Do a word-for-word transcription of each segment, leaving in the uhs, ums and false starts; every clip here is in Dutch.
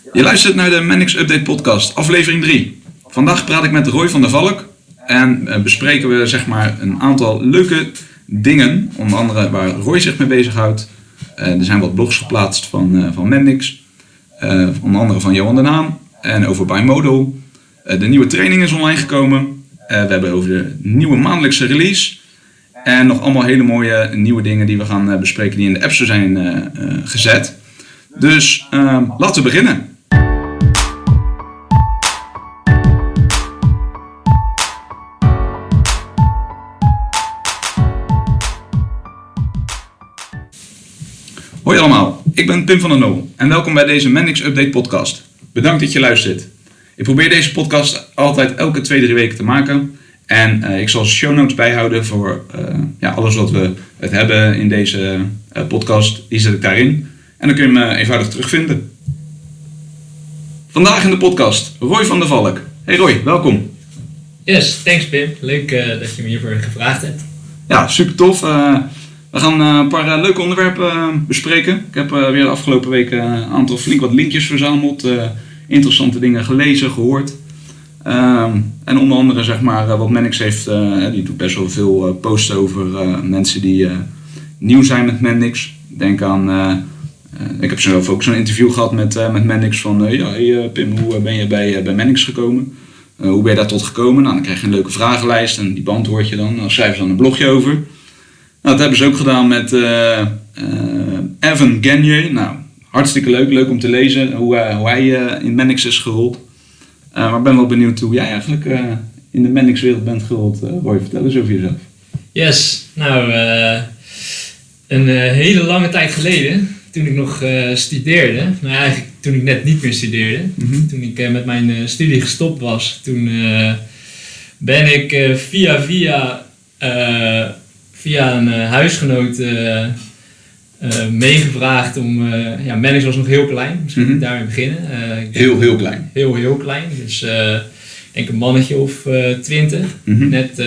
Je luistert naar de Mendix Update podcast, aflevering drie. Vandaag praat ik met Roy van der Valk en bespreken we zeg maar een aantal leuke dingen, onder andere waar Roy zich mee bezighoudt. Uh, er zijn wat blogs geplaatst van, uh, van Mendix, uh, onder andere van Johan den Haan en over Bimodal. Uh, de nieuwe training is online gekomen. Uh, we hebben over de nieuwe maandelijkse release. En nog allemaal hele mooie nieuwe dingen die we gaan uh, bespreken die in de App Store zijn uh, uh, gezet. Dus uh, laten we beginnen. Hoi allemaal, ik ben Pim van der Nol en welkom bij deze Mendix Update podcast. Bedankt dat je luistert. Ik probeer deze podcast altijd elke twee, drie weken te maken. En uh, ik zal show notes bijhouden voor uh, ja, alles wat we het hebben in deze uh, podcast. Die zet ik daarin. En dan kun je hem uh, eenvoudig terugvinden. Vandaag in de podcast Roy van der Valk. Hey Roy, welkom. Yes, thanks Pim. Leuk uh, dat je me hiervoor gevraagd hebt. Ja, super tof. Uh, we gaan uh, een paar uh, leuke onderwerpen uh, bespreken. Ik heb uh, weer de afgelopen weken een uh, aantal flink wat linkjes verzameld. Uh, interessante dingen gelezen, gehoord. Um, en onder andere zeg maar uh, wat Mendix heeft, uh, die doet best wel veel uh, posts over uh, mensen die uh, nieuw zijn met Mendix. Denk aan, uh, uh, ik heb zelf ook zo'n interview gehad met, uh, met Mendix van, uh, ja hey, uh, Pim, hoe ben je bij, uh, bij Mendix gekomen? Uh, hoe ben je daar tot gekomen? Nou, dan krijg je een leuke vragenlijst en die beantwoord je dan. Dan schrijven ze dan een blogje over. Nou, dat hebben ze ook gedaan met uh, uh, Evan Gagne. Nou, hartstikke leuk, leuk om te lezen hoe, uh, hoe hij uh, in Mendix is gerold. Uh, maar ik ben wel benieuwd hoe jij eigenlijk uh, in de Mendix-wereld bent gerold. Uh, Roy, vertel eens over jezelf. Yes, nou, uh, een uh, hele lange tijd geleden, toen ik nog uh, studeerde, nou eigenlijk toen ik net niet meer studeerde, mm-hmm. toen ik uh, met mijn uh, studie gestopt was, toen uh, ben ik uh, via via, uh, via een uh, huisgenoot uh, Uh, meegevraagd om, uh, ja, Mendix was nog heel klein, misschien mm-hmm. daarmee beginnen. Uh, ik heel, heel klein. Heel, heel klein, dus uh, ik denk een mannetje of uh, twintig. Mm-hmm. Net uh,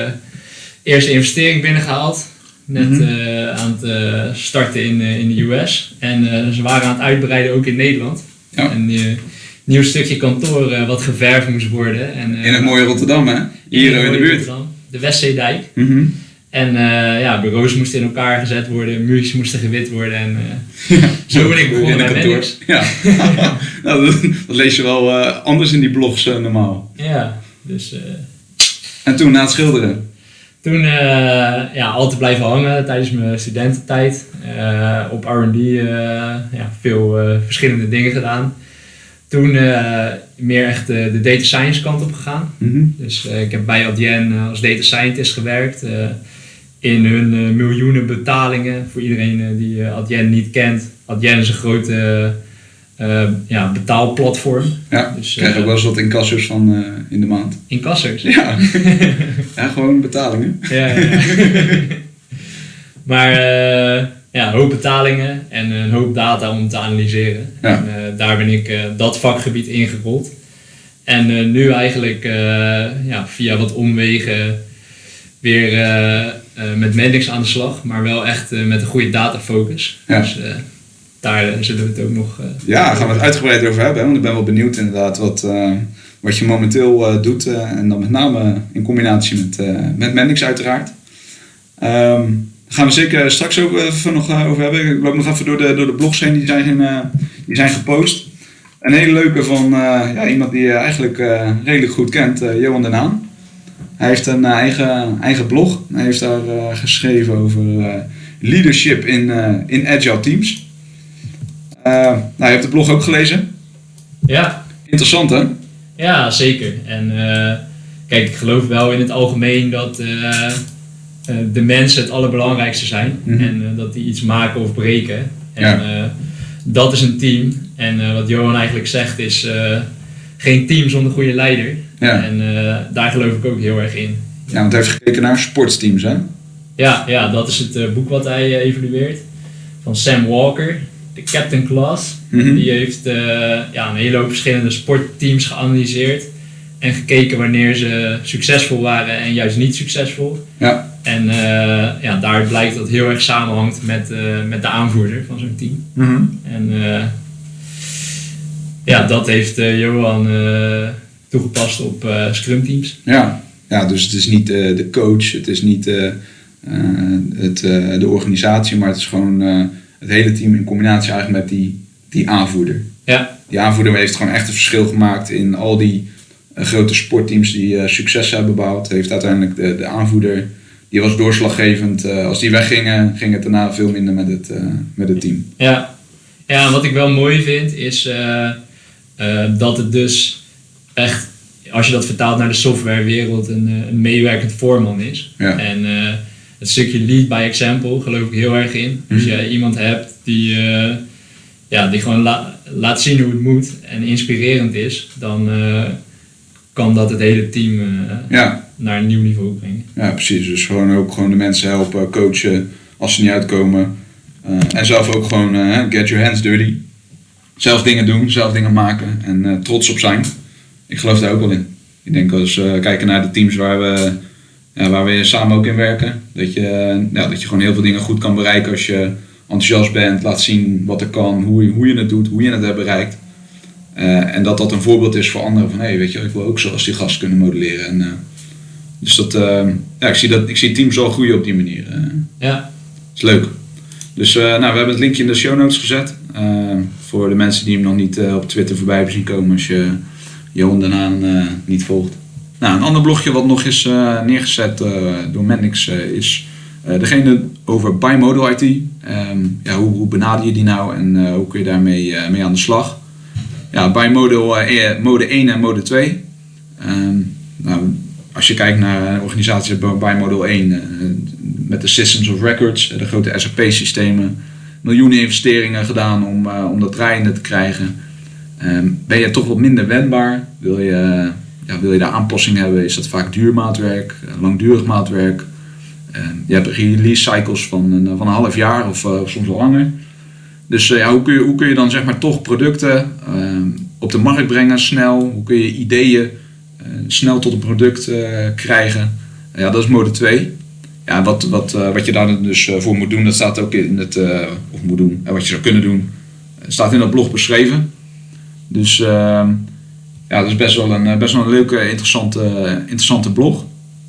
eerste investering binnengehaald, net mm-hmm. uh, aan het uh, starten in, uh, in de U S. En uh, ze waren aan het uitbreiden ook in Nederland. Ja. Een uh, nieuw stukje kantoor uh, wat geverfd moest worden. En, uh, in het mooie Rotterdam, hè? Hier in, in de buurt. Rotterdam, de Westzeedijk. Mm-hmm. En uh, ja, bureaus moesten in elkaar gezet worden, muurtjes moesten gewit worden en uh, ja, zo ben ik begonnen bij Mendix. Ja, nou, dat, dat lees je wel uh, anders in die blogs uh, normaal. Ja, dus... Uh, en toen na het schilderen? Toen uh, ja, altijd blijven hangen tijdens mijn studententijd. Uh, op R en D uh, ja, veel uh, verschillende dingen gedaan. Toen uh, meer echt uh, de data science kant op gegaan. Mm-hmm. Dus uh, ik heb bij Adyen uh, als data scientist gewerkt. Uh, in hun uh, miljoenen betalingen. Voor iedereen uh, die uh, Adyen niet kent. Adyen is een grote uh, ja, betaalplatform. Ja, dus, uh, krijg je ook wel eens wat incassos van uh, in de maand. Incassos? Ja. Ja, gewoon betalingen. Ja, ja, ja. Maar uh, ja, een hoop betalingen en een hoop data om te analyseren. Ja. En uh, daar ben ik uh, dat vakgebied ingerold. En uh, nu eigenlijk uh, ja, via wat omwegen weer uh, uh, met Mendix aan de slag. Maar wel echt uh, met een goede datafocus. Ja. Dus uh, daar uh, zullen we het ook nog... Uh, ja, gaan we het uitgebreid over hebben. Hè? Want ik ben wel benieuwd inderdaad wat, uh, wat je momenteel uh, doet. Uh, en dan met name in combinatie met, uh, met Mendix uiteraard. Um, Daar gaan we zeker straks ook even nog over hebben. Ik loop nog even door de, door de blogs heen die zijn, uh, die zijn gepost. Een hele leuke van uh, ja, iemand die je eigenlijk uh, redelijk goed kent, uh, Johan den Haan. Hij heeft een uh, eigen, eigen blog. Hij heeft daar uh, geschreven over uh, leadership in, uh, in agile teams. Uh, nou, je hebt de blog ook gelezen. Ja. Interessant hè? Ja, zeker. En uh, kijk, ik geloof wel in het algemeen dat... Uh, Uh, de mensen het allerbelangrijkste zijn. Mm-hmm. En uh, dat die iets maken of breken. En ja. uh, dat is een team. En uh, wat Johan eigenlijk zegt is... Uh, geen team zonder goede leider. Ja. En uh, daar geloof ik ook heel erg in. Ja, want hij heeft gekeken naar sportsteams, hè? Ja, ja, dat is het uh, boek wat hij uh, evalueert. Van Sam Walker. De Captain Class. Mm-hmm. Die heeft uh, ja, een hele hoop verschillende sportteams geanalyseerd. En gekeken wanneer ze succesvol waren en juist niet succesvol. Ja. En uh, ja, daar blijkt dat het heel erg samenhangt met, uh, met de aanvoerder van zo'n team. Mm-hmm. En uh, ja, dat heeft uh, Johan uh, toegepast op uh, scrum teams. Ja. ja, dus het is niet uh, de coach, het is niet uh, uh, het, uh, de organisatie, maar het is gewoon uh, het hele team in combinatie eigenlijk met die, die aanvoerder. Ja. Die aanvoerder heeft gewoon echt een verschil gemaakt in al die uh, grote sportteams die uh, succes hebben behaald. Heeft uiteindelijk de, de aanvoerder, die was doorslaggevend. Uh, als die weggingen, ging het daarna veel minder met het, uh, met het team. Ja. ja, wat ik wel mooi vind is uh, uh, dat het dus echt, als je dat vertaalt naar de softwarewereld, een, een meewerkend voorman is. Ja. En uh, het stukje lead by example geloof ik heel erg in. Als Mm-hmm. je iemand hebt die, uh, ja, die gewoon la- laat zien hoe het moet en inspirerend is, dan uh, kan dat het hele team uh, Ja. naar een nieuw niveau brengen. Ja, precies. Dus gewoon ook gewoon de mensen helpen, coachen als ze niet uitkomen. Uh, en zelf ook gewoon uh, get your hands dirty. Zelf dingen doen, zelf dingen maken en uh, trots op zijn. Ik geloof daar ook wel in. Ik denk als we uh, kijken naar de teams waar we, ja, waar we samen ook in werken, dat je, uh, ja, dat je gewoon heel veel dingen goed kan bereiken als je enthousiast bent, laat zien wat er kan, hoe je, hoe je het doet, hoe je het hebt bereikt. Uh, en dat dat een voorbeeld is voor anderen van, hé, hey, weet je, ik wil ook zoals die gast kunnen modelleren. En, uh, dus dat, uh, ja, ik zie dat, ik zie teams al groeien op die manier. Uh, Ja. is leuk. Dus uh, nou, we hebben het linkje in de show notes gezet. Uh, voor de mensen die hem nog niet uh, op Twitter voorbij hebben zien komen als je Johan Denaan uh, niet volgt. Nou, een ander blogje wat nog is uh, neergezet uh, door Mendix uh, is uh, degene over bimodal I T. Um, ja, hoe, hoe benader je die nou en uh, hoe kun je daarmee uh, mee aan de slag? Ja, bimodal uh, mode één en mode twee. Um, nou, als je kijkt naar organisaties bimodal één uh, met de Systems of Records, de grote S A P-systemen, miljoenen investeringen gedaan om, uh, om dat draaiende te krijgen. Um, ben je toch wat minder wendbaar? Wil je, ja, wil je daar aanpassing hebben? Is dat vaak duur maatwerk, langdurig maatwerk? Um, je hebt release cycles van een, van een half jaar of uh, soms wel langer. Dus uh, ja, hoe, kun je, hoe kun je dan zeg maar toch producten um, op de markt brengen snel? Hoe kun je ideeën uh, snel tot een product uh, krijgen? Uh, ja, dat is mode twee. Ja, wat, wat, uh, wat je daar dus uh, voor moet doen, dat staat ook in het, uh, of moet doen, uh, wat je zou kunnen doen, uh, staat in dat blog beschreven. Dus uh, ja, dat is best wel een, best wel een leuke, interessante, interessante blog.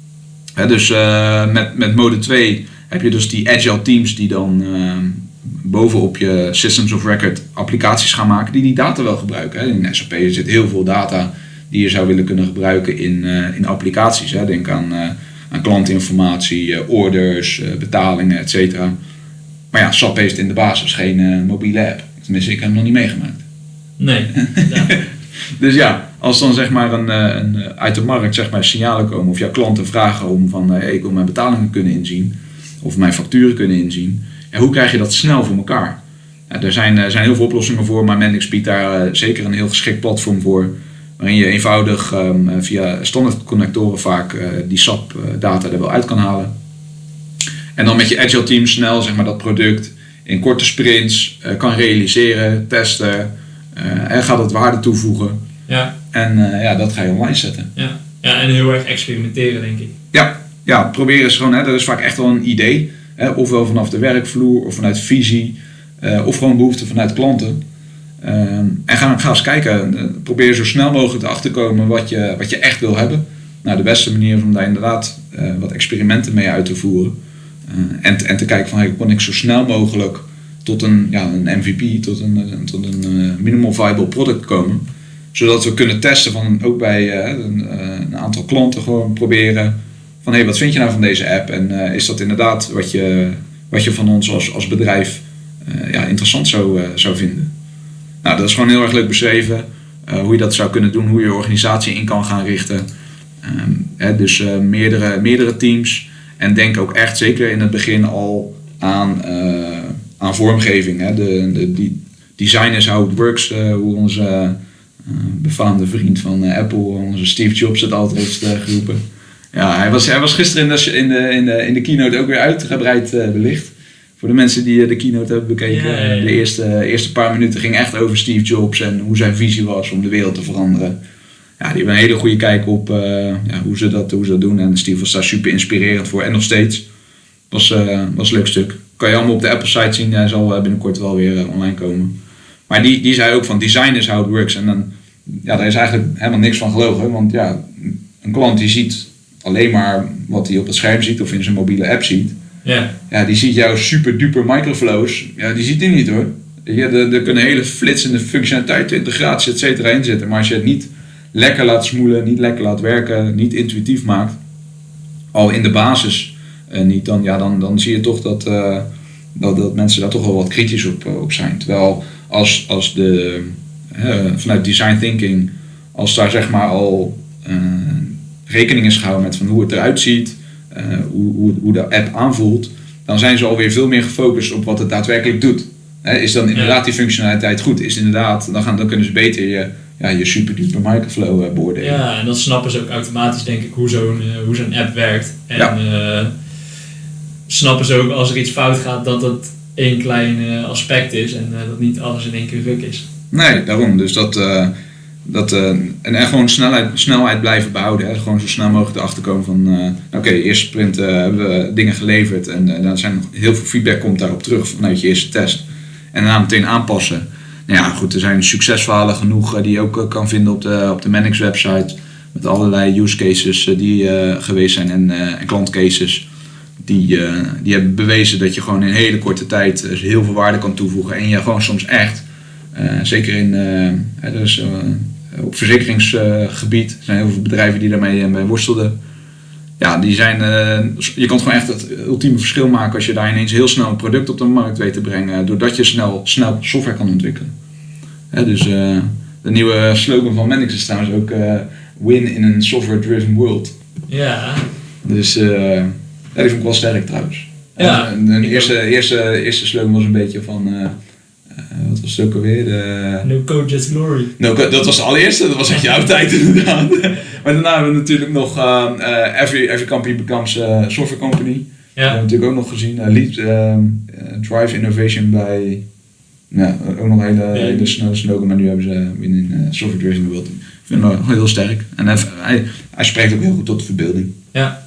He, dus uh, met, met mode twee heb je dus die agile teams die dan uh, bovenop je Systems of Record applicaties gaan maken die die data wel gebruiken. He. In S A P zit heel veel data die je zou willen kunnen gebruiken in, uh, in applicaties. He. Denk aan, uh, aan klantinformatie, uh, orders, uh, betalingen, et cetera. Maar ja, S A P heeft in de basis geen uh, mobiele app. Tenminste, ik heb hem nog niet meegemaakt. Nee. Ja. Dus ja, als dan zeg maar een, een, uit de markt zeg maar signalen komen of jouw klanten vragen om van hey, ik wil mijn betalingen kunnen inzien of mijn facturen kunnen inzien. Ja, hoe krijg je dat snel voor elkaar? Ja, er zijn, er zijn heel veel oplossingen voor, maar Mendix biedt daar uh, zeker een heel geschikt platform voor. Waarin je eenvoudig um, via standaard connectoren vaak uh, die S A P data er wel uit kan halen. En dan met je agile team snel zeg maar, dat product in korte sprints uh, kan realiseren, testen. Uh, en gaat het waarde toevoegen. Ja. En uh, ja, dat ga je online zetten. Ja. Ja, en heel erg experimenteren, denk ik. Ja, ja probeer eens gewoon, hè, dat is vaak echt wel een idee. Hè, ofwel vanaf de werkvloer, of vanuit visie, uh, of gewoon behoefte vanuit klanten. Uh, en ga, ga eens kijken, uh, probeer zo snel mogelijk erachter te komen wat je, wat je echt wil hebben. Nou, de beste manier is om daar inderdaad uh, wat experimenten mee uit te voeren. Uh, en, en te kijken van, hey, kon ik zo snel mogelijk tot een, ja, een M V P, tot een, tot een uh, minimal viable product komen. Zodat we kunnen testen van ook bij uh, een, uh, een aantal klanten gewoon proberen van hé, hey, wat vind je nou van deze app? En uh, is dat inderdaad wat je, wat je van ons als, als bedrijf uh, ja, interessant zou, uh, zou vinden? Nou, dat is gewoon heel erg leuk beschreven. Uh, hoe je dat zou kunnen doen, hoe je je organisatie in kan gaan richten. Um, hè, dus uh, meerdere, meerdere teams. En denk ook echt zeker in het begin al aan... Uh, aan vormgeving. Hè. De, de, die design is how it works, uh, hoe onze uh, befaamde vriend van uh, Apple, onze Steve Jobs, het altijd heeft uh, geroepen. Ja, hij was, hij was gisteren in de, in, de, in, de, in de keynote ook weer uitgebreid uh, belicht. Voor de mensen die uh, de keynote hebben bekeken, ja, ja, ja. de eerste, eerste paar minuten ging echt over Steve Jobs en hoe zijn visie was om de wereld te veranderen. Ja, die hebben een hele goede kijk op uh, ja, hoe, ze dat, hoe ze dat doen en Steve was daar super inspirerend voor en nog steeds. Was, uh, was een leuk stuk. Kan je allemaal op de Apple site zien. Hij zal binnenkort wel weer online komen. Maar die, die zei ook van design is how it works. En dan, ja, daar is eigenlijk helemaal niks van gelogen. Want ja, een klant die ziet alleen maar wat hij op het scherm ziet of in zijn mobiele app ziet. Yeah. Ja, die ziet jouw super duper microflows. Ja, die ziet die niet hoor. Ja, er, er kunnen hele flitsende functionaliteiten, integraties, et cetera in zitten. Maar als je het niet lekker laat smoelen, niet lekker laat werken, niet intuïtief maakt, al in de basis uh, niet, dan, ja, dan, dan zie je toch dat, uh, dat, dat mensen daar toch wel wat kritisch op, uh, op zijn. Terwijl als, als de, uh, vanuit design thinking, als daar zeg maar al uh, rekening is gehouden met van hoe het eruit ziet, uh, hoe, hoe, hoe de app aanvoelt, dan zijn ze alweer veel meer gefocust op wat het daadwerkelijk doet. He, is dan inderdaad die functionaliteit goed? Is inderdaad, dan, gaan, dan kunnen ze beter je, ja, je super duper microflow uh, beoordelen. Ja, en dan snappen ze ook automatisch denk ik hoe zo'n, uh, hoe zo'n app werkt. En ja. uh, snappen ze ook als er iets fout gaat dat dat één klein uh, aspect is en uh, dat niet alles in één keer ruk is. Nee, daarom. Dus dat, uh, dat uh, en, en gewoon snelheid, snelheid blijven behouden. Hè. Gewoon zo snel mogelijk erachter komen van uh, oké, okay, eerste sprint uh, hebben we dingen geleverd en uh, dan zijn nog heel veel feedback komt daarop terug vanuit je eerste test. En daarna meteen aanpassen. Nou ja, goed, er zijn succesverhalen genoeg uh, die je ook uh, kan vinden op de, op de Mendix website. Met allerlei use cases uh, die uh, geweest zijn en, uh, en klantcases. Die, uh, die hebben bewezen dat je gewoon in een hele korte tijd uh, heel veel waarde kan toevoegen. En je gewoon soms echt, uh, zeker in uh, dus, uh, op verzekeringsgebied, uh, er zijn heel veel bedrijven die daarmee uh, mee worstelden. Ja, die zijn, uh, je kan gewoon echt het ultieme verschil maken als je daar ineens heel snel een product op de markt weet te brengen, doordat je snel, snel software kan ontwikkelen. Hè, dus uh, de nieuwe slogan van Mendix is trouwens ook uh, win in a software-driven world. Ja. Dus uh, ja, die vond ik wel sterk trouwens. Ja. Uh, de eerste, eerste, eerste slogan was een beetje van, uh, uh, wat was het ook alweer? De... No code, just glory. No, dat was de allereerste, dat was echt jouw tijd inderdaad. Maar daarna hebben we natuurlijk nog uh, uh, every, every company becomes a software company. Ja. Dat hebben we natuurlijk ook nog gezien. Uh, lead, uh, uh, drive innovation bij, ja, ook nog een hele, hele snelle slogan, maar nu hebben ze win in uh, software driven world. Ik vind hem heel sterk. En hij, hij, hij spreekt ook heel goed tot de verbeelding. Ja.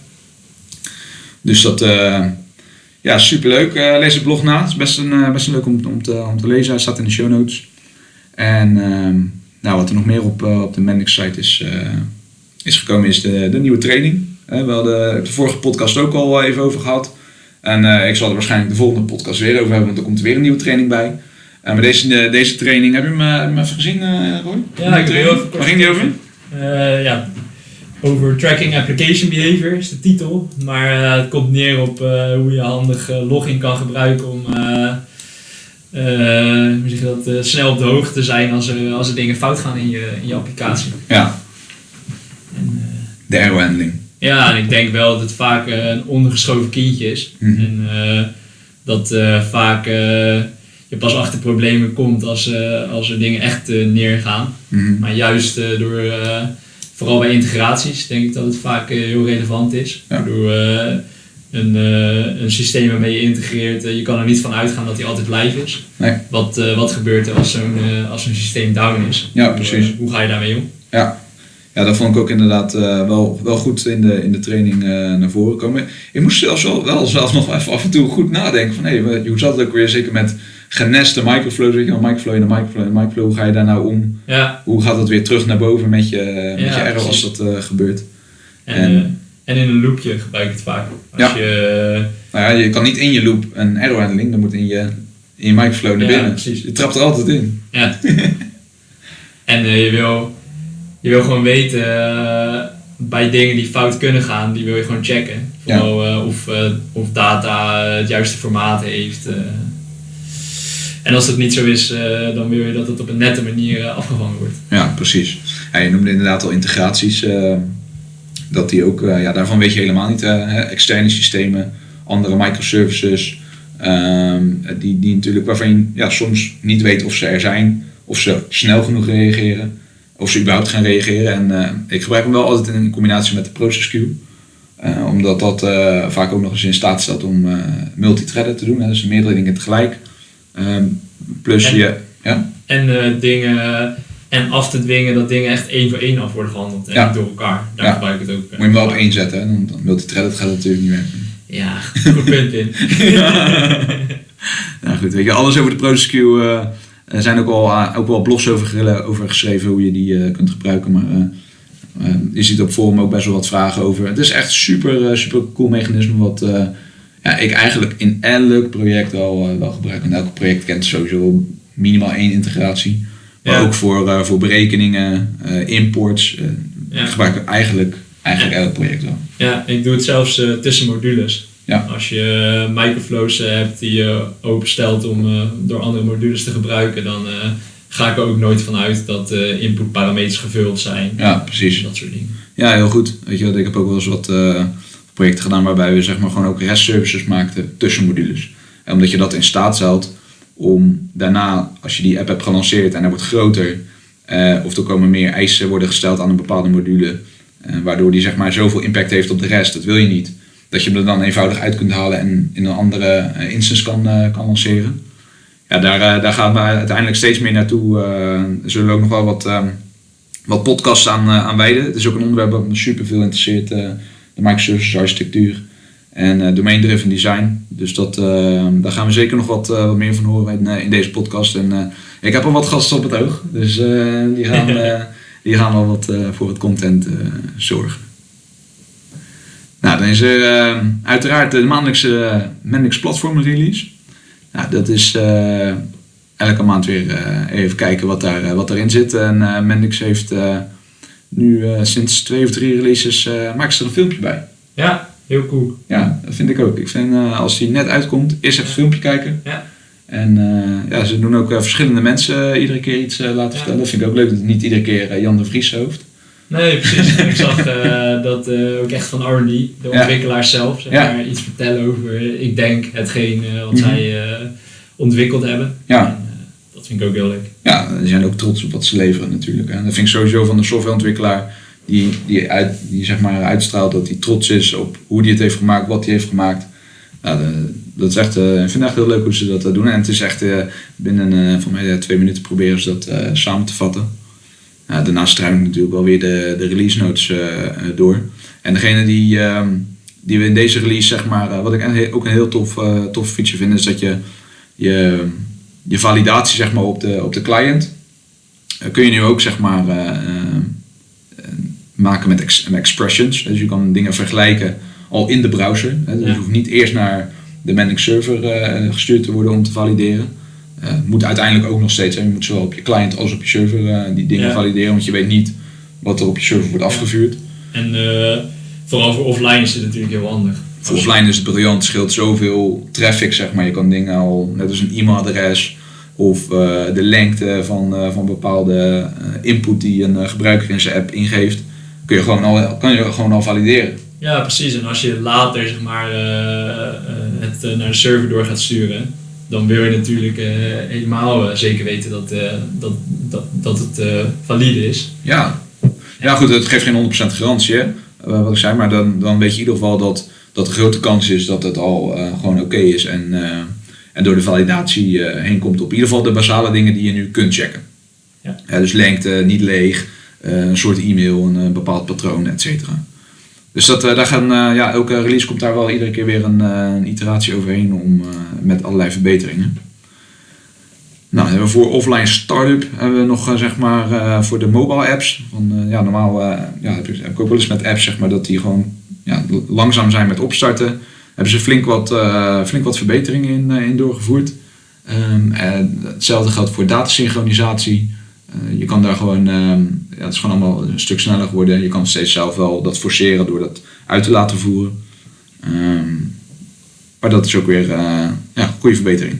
Dus dat, uh, ja, superleuk. Uh, lees het blog na. Het is best een, uh, best een leuk om, om, te, om te lezen. Hij staat in de show notes. En uh, nou, wat er nog meer op, uh, op de Mendix site is, uh, is gekomen is de, de nieuwe training. Uh, we hadden de vorige podcast ook al even over gehad. En uh, ik zal er waarschijnlijk de volgende podcast weer over hebben, want er komt er weer een nieuwe training bij. Uh, maar deze, de, deze training, heb je hem, uh, hem even gezien, uh, Roy? Ja, ik heb heel even. Waar ging die over? Uh, ja, over Tracking Application Behavior is de titel. Maar uh, het komt neer op uh, hoe je handig uh, login kan gebruiken om uh, uh, hoe zeg je dat, uh, snel op de hoogte te zijn als er, als er dingen fout gaan in je, in je applicatie. Ja. En, uh, de error handling. Ja, en ik denk wel dat het vaak uh, een ondergeschoven kindje is. Mm-hmm. En uh, dat uh, vaak uh, je pas achter problemen komt als, uh, als er dingen echt uh, neergaan. Mm-hmm. Maar juist uh, door, uh, vooral bij integraties, denk ik dat het vaak uh, heel relevant is. Ja. Door uh, een, uh, een systeem waarmee je integreert, uh, je kan er niet van uitgaan dat die altijd live is. Nee. Wat, uh, wat gebeurt er als zo'n, uh, als zo'n systeem down is? Ja, precies. Uh, hoe ga je daarmee om? Ja. Ja, dat vond ik ook inderdaad uh, wel, wel goed in de, in de training uh, naar voren komen. Ik moest zelfs wel, wel zelfs nog even af en toe goed nadenken van hé, hey, hoe zat het ook weer zeker met geneste microflows, weet je wel, microflow in de microflow in de microflow, hoe ga je daar nou om? Ja. Hoe gaat dat weer terug naar boven met je, met ja, je error als dat uh, gebeurt? En, en, uh, en in een loopje gebruik ik het vaak. Als ja. Je, uh, nou ja, je kan niet in je loop een error handling, dat moet in je, in je microflow naar ja, binnen. Precies. Je trapt er altijd in. Ja. En uh, je wil... Je wil gewoon weten, uh, bij dingen die fout kunnen gaan, die wil je gewoon checken. Vooral ja. uh, of, uh, of data het juiste formaat heeft. Uh. En als dat niet zo is, uh, dan wil je dat het op een nette manier uh, afgevangen wordt. Ja, precies. Ja, je noemde inderdaad al integraties. Uh, dat die ook, uh, ja, daarvan weet je helemaal niet. Uh, externe systemen, andere microservices. Uh, die, die natuurlijk, waarvan je ja, soms niet weet of ze er zijn. Of ze snel genoeg reageren. Of ze überhaupt gaan reageren. En uh, ik gebruik hem wel altijd in combinatie met de process queue. Uh, omdat dat uh, vaak ook nog eens in staat stelt om uh, multithreaded te doen. Hè, dus meerdere dingen tegelijk. Um, plus en, je... Ja? En uh, dingen... Uh, en af te dwingen dat dingen echt één voor één af worden gehandeld. En ja. niet door elkaar. Daar ja. gebruik ik het ook. Uh, Moet je hem wel op één zetten. Hè? Dan, dan multithreaded gaat het natuurlijk niet werken. Ja, goed punt in. Nou goed, weet je, alles over de process queue... Uh, Er zijn ook wel, uh, ook wel blogs over, over geschreven hoe je die uh, kunt gebruiken. Maar uh, uh, je ziet op forum ook best wel wat vragen over. Het is echt super, uh, super cool mechanisme wat uh, ja, ik eigenlijk in elk project wel, uh, wel gebruik. En elk project kent sowieso minimaal één integratie. Maar ja. ook voor, uh, voor berekeningen, uh, imports. Uh, ja. Ik gebruik eigenlijk, eigenlijk ja. elk project wel. Ja, ik doe het zelfs uh, tussen modules. Ja. Als je uh, microflows uh, hebt die je openstelt om uh, door andere modules te gebruiken, dan uh, ga ik er ook nooit van uit dat uh, inputparameters gevuld zijn. Ja, precies. Dat soort dingen. Ja, heel goed. Weet je, ik heb ook wel eens wat uh, projecten gedaan waarbij we zeg maar, gewoon ook REST services maakten tussen modules. En omdat je dat in staat stelt om daarna, als je die app hebt gelanceerd en hij wordt groter, uh, of er komen meer eisen worden gesteld aan een bepaalde module, uh, waardoor die zeg maar, zoveel impact heeft op de rest, dat wil je niet. Dat je hem er dan eenvoudig uit kunt halen en in een andere uh, instance kan, uh, kan lanceren. Ja, daar, uh, daar gaan we uiteindelijk steeds meer naartoe. Uh, er zullen ook nog wel wat, um, wat podcasts aan, uh, aan wijden. Het is ook een onderwerp dat me super veel interesseert. Uh, de microservices architectuur en uh, domain-driven design. Dus dat, uh, daar gaan we zeker nog wat, uh, wat meer van horen in, uh, in deze podcast. En uh, ik heb al wat gasten op het oog. Dus uh, die, gaan, uh, die gaan wel wat uh, voor wat content uh, zorgen. Nou, dan is er uh, uiteraard de maandelijkse uh, Mendix platform release. Nou, dat is uh, elke maand weer uh, even kijken wat, daar, uh, wat erin zit. En uh, Mendix heeft uh, nu uh, sinds twee of drie releases uh, maakt ze er een filmpje bij. Ja, heel cool. Ja, dat vind ik ook. Ik vind uh, als die net uitkomt, eerst even een filmpje kijken. Ja. En uh, ja, ze doen ook uh, verschillende mensen uh, iedere keer iets uh, laten ja. vertellen. Dat vind ik ook leuk, dat het niet iedere keer uh, Jan de Vries hoofd. Nee, precies. Ik zag uh, dat uh, ook echt van R en D, de ontwikkelaars ja. zelf, zeg ja. maar, iets vertellen over, ik denk, hetgeen uh, wat mm-hmm. zij uh, ontwikkeld hebben. Ja. En, uh, dat vind ik ook heel leuk. Ja, ze zijn ook trots op wat ze leveren natuurlijk. En dat vind ik sowieso van de softwareontwikkelaar die, die, uit, die zeg maar uitstraalt dat hij trots is op hoe hij het heeft gemaakt, wat hij heeft gemaakt. Ja, de, dat is echt, uh, ik vind het echt heel leuk hoe ze dat uh, doen. En het is echt uh, binnen uh, voor mij uh, twee minuten proberen ze dat uh, samen te vatten. Uh, daarnaast struim ik natuurlijk wel weer de, de release notes uh, door. En degene die, uh, die we in deze release, zeg maar, uh, wat ik een, ook een heel tof, uh, tof feature vind, is dat je je, je validatie zeg maar, op, de, op de client uh, kun je nu ook zeg maar, uh, uh, maken met, ex, met expressions. Dus je kan dingen vergelijken al in de browser. Hè. Dus ja. je hoeft niet eerst naar de Mendix server uh, gestuurd te worden om te valideren. Het uh, moet uiteindelijk ook nog steeds zijn. Je moet zowel op je client als op je server uh, die dingen ja. valideren, want je weet niet wat er op je server wordt afgevuurd. En uh, vooral voor offline is het natuurlijk heel handig. Voor offline is het briljant, het scheelt zoveel traffic, zeg maar. Je kan dingen al, net als een e-mailadres of uh, de lengte van, uh, van bepaalde uh, input die een uh, gebruiker in zijn app ingeeft, kun je gewoon al, kan je gewoon al valideren. Ja, precies. En als je later zeg maar, uh, uh, het uh, naar de server door gaat sturen, dan wil je natuurlijk uh, helemaal uh, zeker weten dat, uh, dat, dat, dat het uh, valide is. Ja. ja, goed, het geeft geen honderd procent garantie, hè, uh, wat ik zei, maar dan, dan weet je in ieder geval dat, dat de grote kans is dat het al uh, gewoon oké okay is en, uh, en door de validatie uh, heen komt op in ieder geval de basale dingen die je nu kunt checken. Ja. Uh, dus lengte, niet leeg, uh, een soort e-mail, een, een bepaald patroon, et cetera. Dus dat, uh, daar gaan, uh, ja, elke release komt daar wel iedere keer weer een, uh, een iteratie overheen om, uh, met allerlei verbeteringen. Nou, hebben we voor offline startup hebben we nog uh, zeg maar uh, voor de mobile apps. Van, uh, ja, normaal uh, ja, heb, ik, heb ik ook wel eens met apps zeg maar, dat die gewoon ja, langzaam zijn met opstarten. Hebben ze flink wat, uh, flink wat verbeteringen in, uh, in doorgevoerd. Um, en hetzelfde geldt voor datasynchronisatie. Uh, je kan daar gewoon, um, ja, het is gewoon allemaal een stuk sneller geworden. Je kan steeds zelf wel dat forceren door dat uit te laten voeren. Um, maar dat is ook weer uh, ja, een goede verbetering.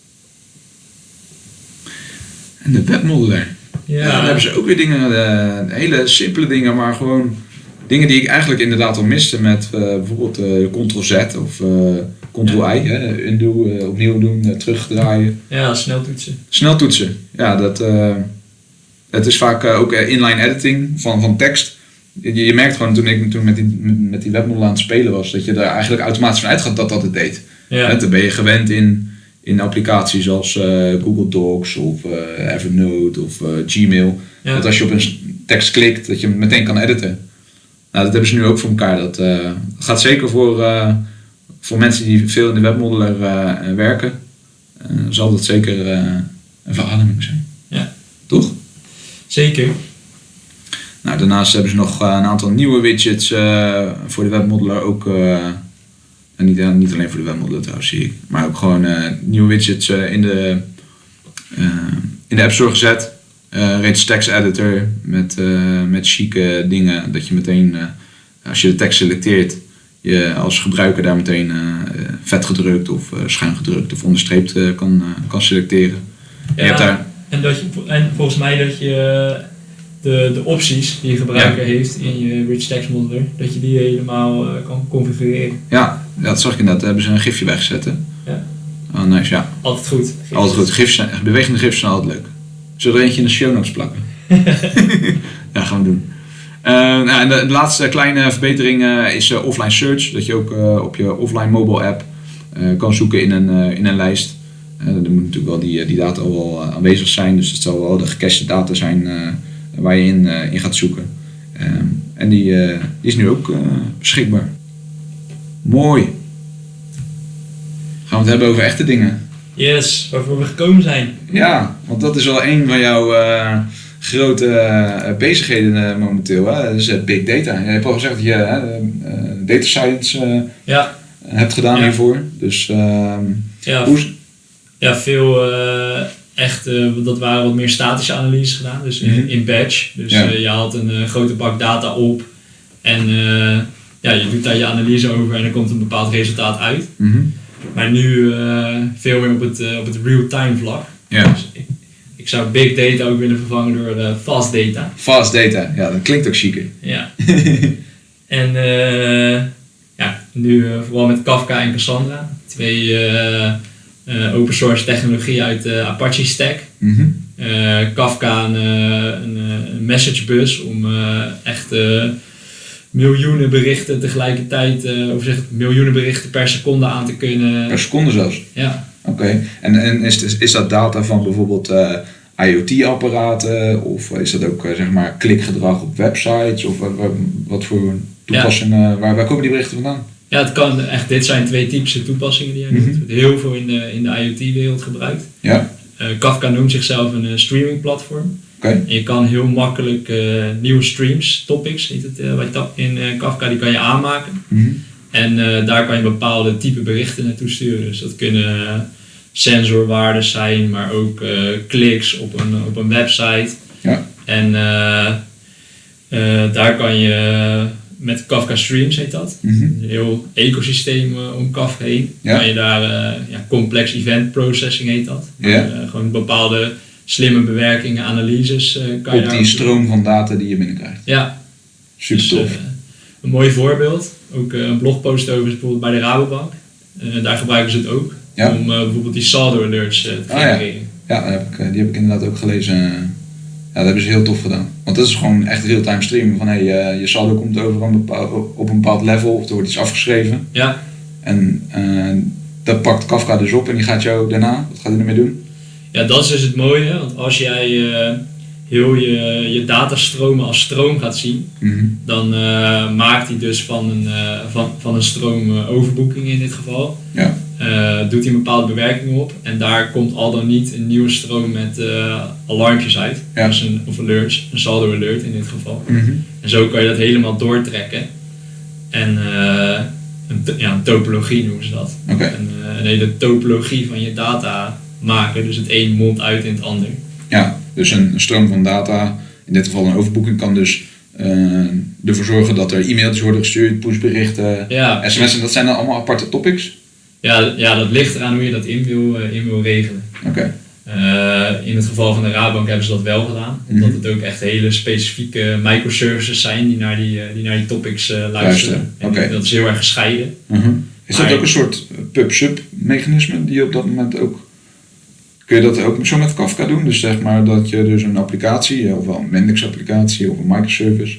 En de webmodeler. Ja. Ja, daar hebben ze ook weer dingen, uh, hele simpele dingen, maar gewoon dingen die ik eigenlijk inderdaad al miste met uh, bijvoorbeeld uh, control Z of uh, control I, ja. undo, uh, opnieuw doen, uh, terugdraaien. Ja, sneltoetsen. Sneltoetsen, ja, dat... Uh, Het is vaak uh, ook uh, inline editing van, van tekst. Je, je merkt gewoon toen ik toen met die, met die webmodel aan het spelen was, dat je er eigenlijk automatisch van uitgaat dat dat het deed. Ja. Dan ben je gewend in, in applicaties als uh, Google Docs of uh, Evernote of uh, Gmail. Ja. Dat als je op een tekst klikt, dat je hem meteen kan editen. Nou, dat hebben ze nu ook voor elkaar. Dat uh, gaat zeker voor, uh, voor mensen die veel in de webmodeler uh, werken. Uh, zal dat zeker... Uh, een verademing zijn. Ja. Toch? Zeker. Nou, daarnaast hebben ze nog uh, een aantal nieuwe widgets uh, voor de webmodeler ook. Uh, en niet, uh, niet alleen voor de webmodeler trouwens, zie ik. Maar ook gewoon uh, nieuwe widgets uh, in, de, uh, in de App Store gezet. Uh, reeds text editor met, uh, met chique dingen. Dat je meteen, uh, als je de tekst selecteert, je als gebruiker daar meteen uh, vet gedrukt of uh, schuin gedrukt of onderstreept uh, kan, uh, kan selecteren. Ja, je hebt daar... en, dat je, en volgens mij dat je de, de opties die je gebruiker ja. heeft in je Rich Text Modeler, dat je die helemaal uh, kan configureren. Ja, dat zag ik inderdaad. Daar hebben ze een gifje bij gezet. Hè? Ja. Oh, nice, ja. Altijd goed. Gifjes. Altijd goed. Gifs zijn, bewegende gifs zijn altijd leuk. Zullen we er eentje in de show notes plakken? Ja, gaan we doen. Uh, nou, en de, de laatste kleine verbetering uh, is uh, offline search. Dat je ook uh, op je offline mobile app uh, kan zoeken in een, uh, in een lijst. Uh, er moet natuurlijk wel die, die data al wel uh, aanwezig zijn. Dus het zal wel de gecachte data zijn uh, waar je in, uh, in gaat zoeken. Uh, en die, uh, die is nu ook uh, beschikbaar. Mooi. Gaan we het hebben over echte dingen. Yes, waarvoor we gekomen zijn. Ja, want dat is wel een van jouw uh, grote uh, bezigheden uh, momenteel. Hè? Dat is uh, big data. Je hebt al gezegd dat je uh, uh, data science uh, ja. hebt gedaan ja. hiervoor. Dus uh, ja, hoe... ja, veel uh, echt, uh, dat waren wat meer statische analyses gedaan. Dus in, mm-hmm. in batch. Dus ja. uh, je haalt een uh, grote bak data op en uh, ja, je doet daar je analyse over en er komt een bepaald resultaat uit. Mm-hmm. Maar nu uh, veel meer op het, uh, op het real-time vlak. Ja. Dus ik, ik zou big data ook willen vervangen door uh, fast data. Fast data, ja, dat klinkt ook chiquer. Ja. En uh, ja, nu uh, vooral met Kafka en Cassandra. Twee uh, uh, open source technologieën uit de Apache stack. Mm-hmm. Uh, Kafka een, een, een message bus om uh, echt... Uh, miljoenen berichten tegelijkertijd, uh, of zeg het, miljoenen berichten per seconde aan te kunnen. Per seconde zelfs? Ja. Oké, okay. en, en is, is dat data van bijvoorbeeld uh, IoT-apparaten of is dat ook uh, zeg maar klikgedrag op websites of uh, wat voor toepassingen, ja. waar, waar komen die berichten vandaan? Ja, het kan echt, dit zijn twee typische toepassingen die je mm-hmm. doet. Heel veel in de, in de IoT-wereld gebruikt. Ja. Uh, Kafka noemt zichzelf een uh, streaming platform. Okay. En je kan heel makkelijk uh, nieuwe streams, topics heet het uh, in uh, Kafka, die kan je aanmaken. Mm-hmm. En uh, daar kan je bepaalde type berichten naartoe sturen. Dus dat kunnen uh, sensorwaarden zijn, maar ook uh, kliks op een, op een website. Ja. En uh, uh, daar kan je met Kafka Streams heet dat. Mm-hmm. Een heel ecosysteem uh, om Kafka heen. Ja. Kan je daar uh, ja, complex event processing heet dat. Ja. Uh, gewoon bepaalde slimme bewerkingen, analyses. Uh, kan op je die stroom van data die je binnenkrijgt. Ja. Super dus, tof. Uh, een mooi voorbeeld. Ook uh, een blogpost over is bijvoorbeeld bij de Rabobank. Uh, daar gebruiken ze het ook. Ja. Om uh, bijvoorbeeld die saldo alerts uh, te genereren. Ah, ja, ja heb ik, die heb ik inderdaad ook gelezen. Ja, dat hebben ze heel tof gedaan. Want dat is gewoon echt real-time streaming. Van hey, uh, je saldo komt over een bepaald, op een bepaald level of er wordt iets afgeschreven. Ja. En uh, dat pakt Kafka dus op en die gaat jou daarna, wat gaat hij ermee doen? Ja, dat is dus het mooie. Want als jij uh, heel je, je datastromen als stroom gaat zien, mm-hmm. dan uh, maakt hij dus van een, uh, van, van een stroom uh, overboeking in dit geval. Ja. Uh, doet hij een bepaalde bewerking op en daar komt al dan niet een nieuwe stroom met uh, alarmpjes uit. Ja. Dus een, of alerts, een saldo alert in dit geval. Mm-hmm. En zo kan je dat helemaal doortrekken. En uh, een, to- ja, een topologie noemen ze dat. Okay. Een, uh, een hele topologie van je data maken, dus het een mondt uit in het ander. Ja, dus een stroom van data, in dit geval een overboeking, kan dus uh, ervoor zorgen dat er e-mailtjes worden gestuurd, pushberichten, Ja. sms'en, dat zijn dan allemaal aparte topics? Ja, ja, dat ligt eraan hoe je dat in wil, uh, in wil regelen. Oké. Okay. Uh, in het geval van de Rabobank hebben ze dat wel gedaan. Omdat Mm-hmm. het ook echt hele specifieke microservices zijn die naar die, uh, die, naar die topics uh, luisteren. Luisteren. En Okay. dat is heel erg gescheiden. Uh-huh. Is Maar dat ook een soort pub-sub mechanisme die je op dat moment ook... Kun je dat ook zo met Kafka doen? Dus zeg maar dat je dus een applicatie, ofwel een Mendix applicatie of een microservice,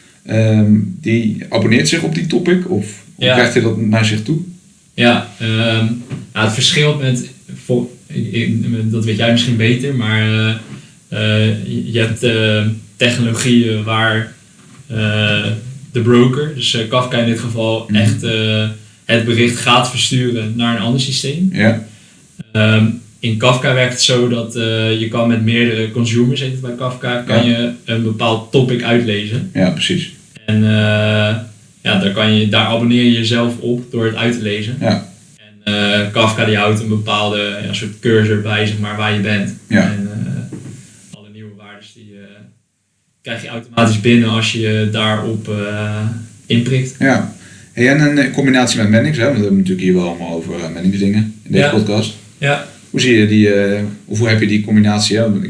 um, die abonneert zich op die topic of Ja. krijgt hij dat naar zich toe? Ja, um, nou, het verschilt met, vol, ik, ik, dat weet jij misschien beter, maar uh, uh, je hebt uh, technologieën waar uh, de broker, dus uh, Kafka in dit geval, Mm-hmm. echt uh, het bericht gaat versturen naar een ander systeem. Ja. Um, in Kafka werkt het zo dat uh, je kan met meerdere consumers, heet het bij Kafka, kan Ja. je een bepaald topic uitlezen. Ja, precies. En uh, ja, daar, kan je, daar abonneer je jezelf op door het uit te lezen. Ja. En uh, Kafka die houdt een bepaalde ja, soort cursor bij, zeg maar, waar je bent. Ja. En uh, alle nieuwe waarden die uh, krijg je automatisch binnen als je je daarop uh, inprikt. Ja. Hey, en in combinatie met Mendix, hè, want we hebben het natuurlijk hier wel allemaal over uh, Mendix dingen in deze Ja. podcast. Ja. Hoe zie je die, uh, of hoe heb je die combinatie, hè? Uh,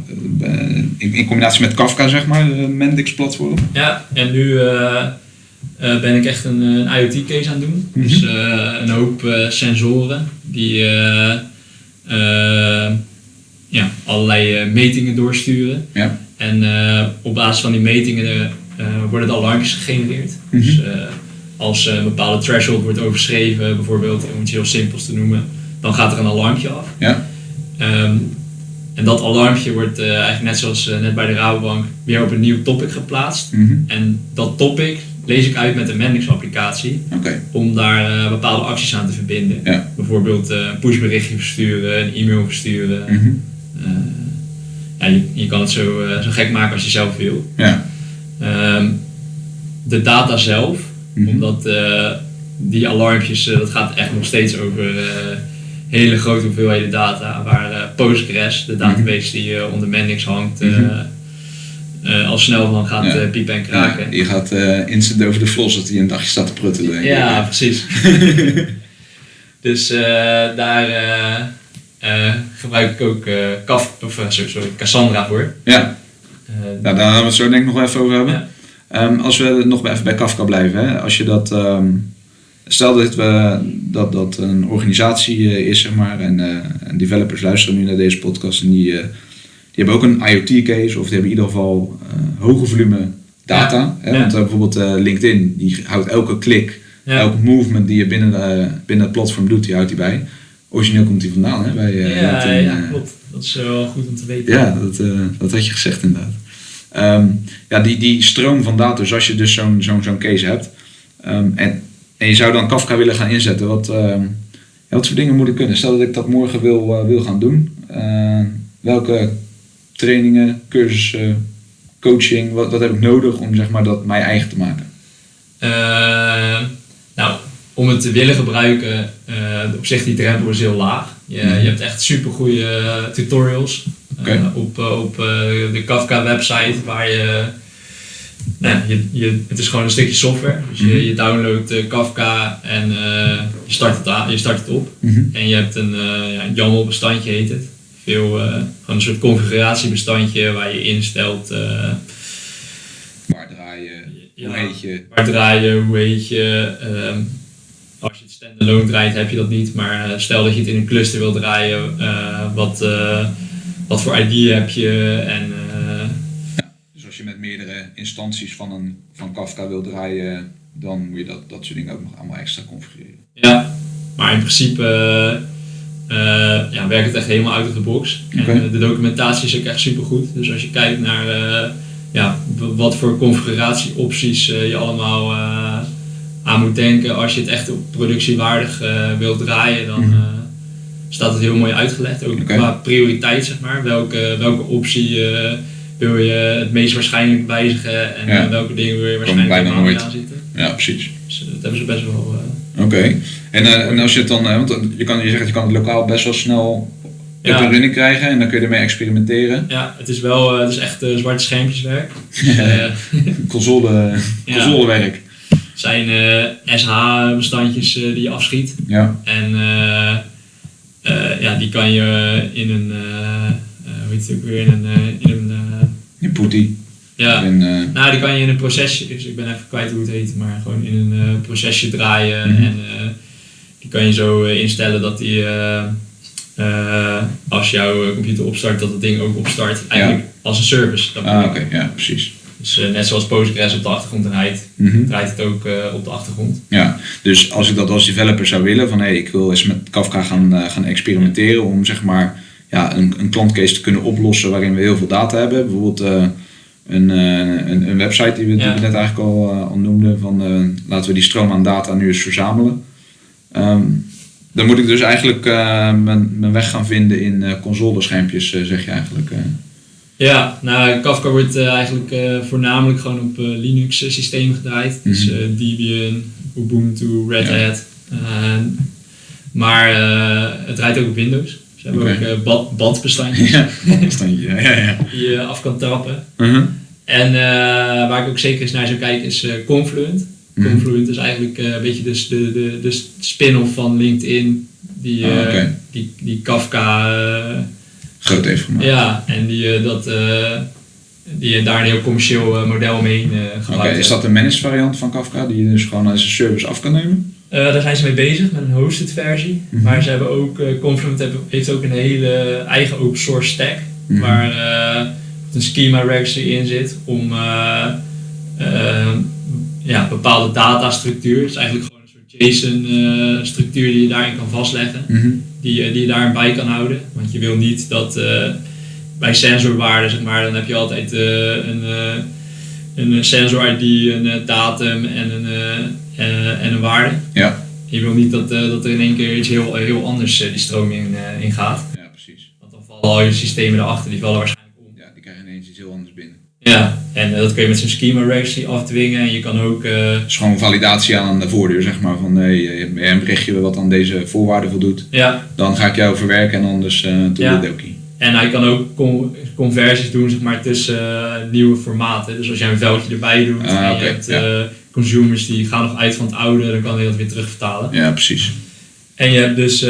in, in combinatie met Kafka, zeg maar, de Mendix platform? Ja, en nu uh, uh, ben ik echt een, een IoT-case aan het doen. Mm-hmm. Dus uh, een hoop uh, sensoren die uh, uh, ja, allerlei uh, metingen doorsturen. Ja. En uh, op basis van die metingen uh, worden de alarmpjes gegenereerd. Mm-hmm. Dus uh, als uh, een bepaalde threshold wordt overschreven, bijvoorbeeld, om iets heel simpels te noemen, dan gaat er een alarmpje af. Ja. Um, en dat alarmpje wordt uh, eigenlijk net zoals uh, net bij de Rabobank weer op een nieuw topic geplaatst. Mm-hmm. En dat topic lees ik uit met een Mendix applicatie Oké. Okay. om daar uh, bepaalde acties aan te verbinden. Ja. Bijvoorbeeld uh, een pushberichtje versturen, een e-mail versturen. Mm-hmm. Uh, ja, je, je kan het zo, uh, zo gek maken als je zelf wil. Ja. Um, de data zelf, Mm-hmm. omdat uh, die alarmpjes, uh, dat gaat echt nog steeds over uh, hele grote hoeveelheden data, waar uh, Postgres, de database die uh, onder Mendix hangt, uh, Mm-hmm. uh, al snel van gaat Ja. uh, piepen en kraken. Ja, je gaat uh, instant over de flos dat hij een dagje staat te pruttelen. Denk Ja, ik. precies. Dus uh, daar uh, uh, gebruik ik ook uh, Kaf, of, uh, sorry, sorry, Cassandra voor. Ja. Uh, Nou, daar gaan we het zo denk ik nog even over hebben. Ja. Um, als we nog even bij Kafka blijven, hè? Als je dat, um, stel dat, we, dat dat een organisatie uh, is, zeg maar, en, uh, en developers luisteren nu naar deze podcast en die, uh, die hebben ook een IoT-case of die hebben in ieder geval uh, hoge volume data. Ja. Hè? Ja. Want uh, bijvoorbeeld uh, LinkedIn, die houdt elke klik, Ja. elke movement die je binnen, uh, binnen het platform doet, die houdt die bij. Origineel komt die vandaan, hè? Bij, uh, ja, LinkedIn, ja, uh, klopt. Dat is wel goed om te weten. ja, dat, uh, dat had je gezegd inderdaad. Um, ja, die, die stroom van data, dus als je dus zo'n zo'n zo'n case hebt um, en, en je zou dan Kafka willen gaan inzetten, wat, um, ja, wat voor dingen moet ik kunnen? Stel dat ik dat morgen wil, uh, wil gaan doen. Uh, welke trainingen, cursussen, coaching, wat, wat heb ik nodig om zeg maar, dat mij eigen te maken? Uh, nou, om het te willen gebruiken, uh, op zich die drempel is heel laag. Je, Mhm. je hebt echt super goede tutorials uh, Oké. op, uh, op uh, de Kafka website waar je, nou, ja, je, je, het is gewoon een stukje software. Dus Mhm. je, je downloadt uh, Kafka en uh, je, start het aan, je start het op. Mm-hmm. En je hebt een, uh, ja, een YAML bestandje heet het. Veel, uh, gewoon een soort configuratiebestandje waar je instelt uh, Waar draai je? ja, Hoe heet je? waar draai je, hoe heet je. Um, als je het standalone draait heb je dat niet, maar uh, stel dat je het in een cluster wil draaien, uh, wat, uh, wat voor I D heb je en uh, Dus als je met meerdere instanties van, een, van Kafka wil draaien, dan moet je dat, dat soort dingen ook nog allemaal extra configureren. ja, maar in principe uh, uh, ja, werkt het echt helemaal out of the box. Oké. En uh, de documentatie is ook echt super goed. Dus als je kijkt naar uh, ja, w- wat voor configuratieopties uh, je allemaal uh, aan moet denken als je het echt op productiewaardig uh, wilt draaien, dan Mhm. uh, staat het heel mooi uitgelegd. Ook Oké. qua prioriteit, zeg maar. Welke, welke optie uh, wil je het meest waarschijnlijk wijzigen en Ja. uh, welke dingen wil je waarschijnlijk bijna helemaal niet nooit. aan zitten. Ja, precies. Dus uh, dat hebben ze best wel... Uh, Oké. En, uh, en als je het dan, uh, want je, kan, je zegt je kan het lokaal best wel snel up Ja. en running krijgen en dan kun je ermee experimenteren. Ja, het is wel, uh, het is echt uh, zwarte schermpjeswerk. Dus, uh, Console, Ja. consolewerk. het zijn uh, S H-bestandjes uh, die je afschiet. Ja. En uh, uh, ja, die kan je in een, uh, uh, hoe heet het ook weer, in een, uh, in een uh, In Putty. ja, En, uh, nou die kan je in een procesje, dus ik ben even kwijt hoe het heet, maar gewoon in een uh, procesje draaien. Mhm. En uh, die kan je zo uh, instellen dat die, uh, uh, als jouw uh, computer opstart, dat het ding ook opstart. Eigenlijk als een service. Dat ah, oké. Okay. Ja, precies. Dus uh, net zoals Postgres op de achtergrond draait, Mhm. draait het ook uh, op de achtergrond. Ja, dus als ik dat als developer zou willen, van hé, hey, ik wil eens met Kafka gaan, uh, gaan experimenteren om zeg maar ja, een, een klantcase te kunnen oplossen waarin we heel veel data hebben. Bijvoorbeeld uh, een, uh, een, een website die we, die Ja. we net eigenlijk al, uh, al noemden, van uh, laten we die stroom aan data nu eens verzamelen. Um, Dan moet ik dus eigenlijk uh, mijn, mijn weg gaan vinden in uh, console-schermpjes, uh, zeg je eigenlijk. Uh. Ja, nou Kafka wordt uh, eigenlijk uh, voornamelijk gewoon op uh, Linux systeem gedraaid. Mm-hmm. Dus uh, Debian, Ubuntu, Red ja. Hat. Uh, maar uh, het draait ook op Windows. Ze hebben okay. ook uh, bad, badbestandjes ja, bestandje, ja, ja, ja. die je af kan trappen. Uh-huh. En uh, waar ik ook zeker eens naar zou kijken is uh, Confluent. Mm-hmm. Confluent is eigenlijk uh, een beetje dus de, de, de spin-off van LinkedIn die, uh, oh, okay. die, die Kafka uh, groot heeft gemaakt. Ja, en die, uh, dat, uh, die daar een heel commercieel uh, model omheen uh, gebruikt. Okay, is dat een managed variant van Kafka die je dus gewoon als een service af kan nemen? Uh, daar zijn ze mee bezig met een hosted versie. Mm-hmm. Maar ze hebben ook, uh, Confluent hebben, heeft ook een hele eigen open source stack. Mm-hmm. Waar uh, een schema registry in zit om uh, uh, ja, bepaalde datastructuur. Het is eigenlijk gewoon een soort JSON uh, structuur die je daarin kan vastleggen. Mm-hmm. Die, uh, die je daarin bij kan houden. Want je wil niet dat uh, bij sensorwaarden, zeg maar, dan heb je altijd uh, een, uh, een sensor I D, een uh, datum en een, uh, uh, en een waarde. Ja. Je wil niet dat, uh, dat er in één keer iets heel, heel anders uh, die stroming uh, in gaat. Ja, precies. Want dan vallen al je systemen erachter, die vallen waarschijnlijk om. Ja, die krijgen ineens iets heel anders binnen. Ja, en uh, dat kun je met zo'n schema registry afdwingen en je kan ook... Uh, het is gewoon validatie aan de voordeur, zeg maar, van hey, je hebt een berichtje wat aan deze voorwaarden voldoet. Ja. Dan ga ik jou verwerken en anders uh, doe ja. de dokie. En hij kan ook con- conversies doen, zeg maar, tussen uh, nieuwe formaten. Dus als jij een veldje erbij doet ah, en okay. je hebt uh, ja. consumers die gaan nog uit van het oude, dan kan hij dat weer terug vertalen. Ja, precies. En je hebt dus uh,